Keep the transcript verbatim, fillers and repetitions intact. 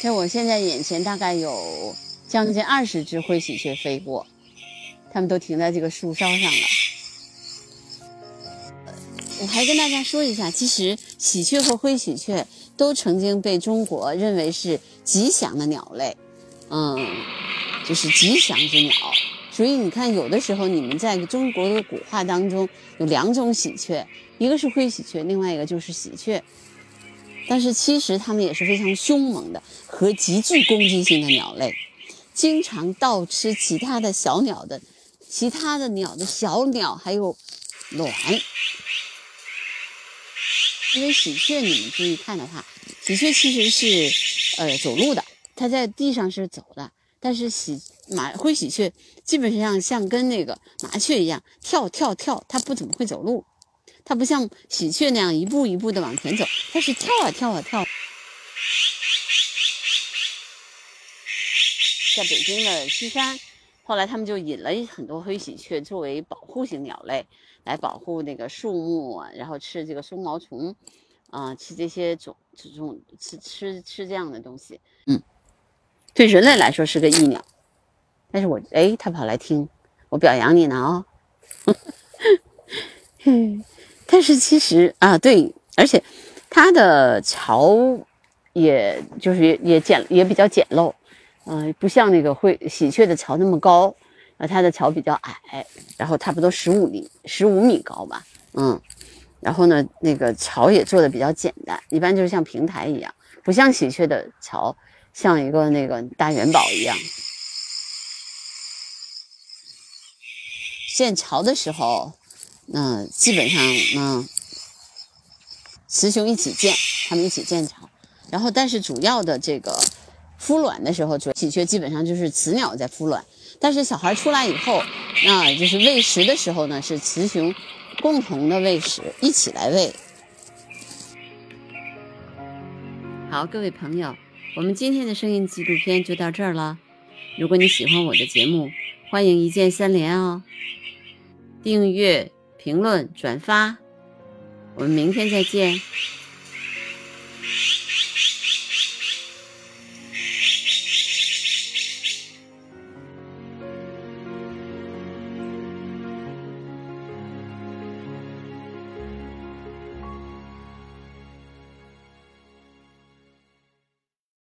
所以我现在眼前大概有将近二十只灰喜鹊飞过，它们都停在这个树梢上了。我还跟大家说一下，其实喜鹊和灰喜鹊都曾经被中国认为是吉祥的鸟类，嗯，就是吉祥之鸟。所以你看，有的时候你们在中国的古画当中有两种喜鹊，一个是灰喜鹊，另外一个就是喜鹊。但是其实它们也是非常凶猛的和极具攻击性的鸟类，经常盗吃其他的小鸟的、其他的鸟的小鸟还有卵。因为喜鹊你们注意看的话，喜鹊其实是呃走路的，它在地上是走的，但是喜麻灰喜鹊基本上像跟那个麻雀一样跳跳跳，它不怎么会走路。它不像喜鹊那样一步一步的往前走，它是跳啊跳啊跳。在北京的西山，后来他们就引了很多灰喜鹊作为保护型鸟类，来保护那个树木啊，然后吃这个松毛虫，啊、呃，吃这些种这种吃吃吃这样的东西。嗯，对人类来说是个益鸟，但是我哎，它跑来听，我表扬你呢哦。嗯。但是其实啊，对，而且它的巢也就是也也简也比较简陋，嗯、呃，不像那个灰喜鹊的巢那么高，啊，它的巢比较矮，然后差不多十五米十五米高吧，嗯，然后呢，那个巢也做的比较简单，一般就是像平台一样，不像喜鹊的巢像一个那个大元宝一样。建巢的时候。那、呃、基本上呢，雌雄一起建，它们一起建巢。然后，但是主要的这个孵卵的时候，主喜鹊基本上就是雌鸟在孵卵。但是小孩出来以后，那就是喂食的时候呢，是雌雄共同的喂食，一起来喂。好，各位朋友，我们今天的声音纪录片就到这儿了。如果你喜欢我的节目，欢迎一键三连哦，订阅。评论、转发，我们明天再见。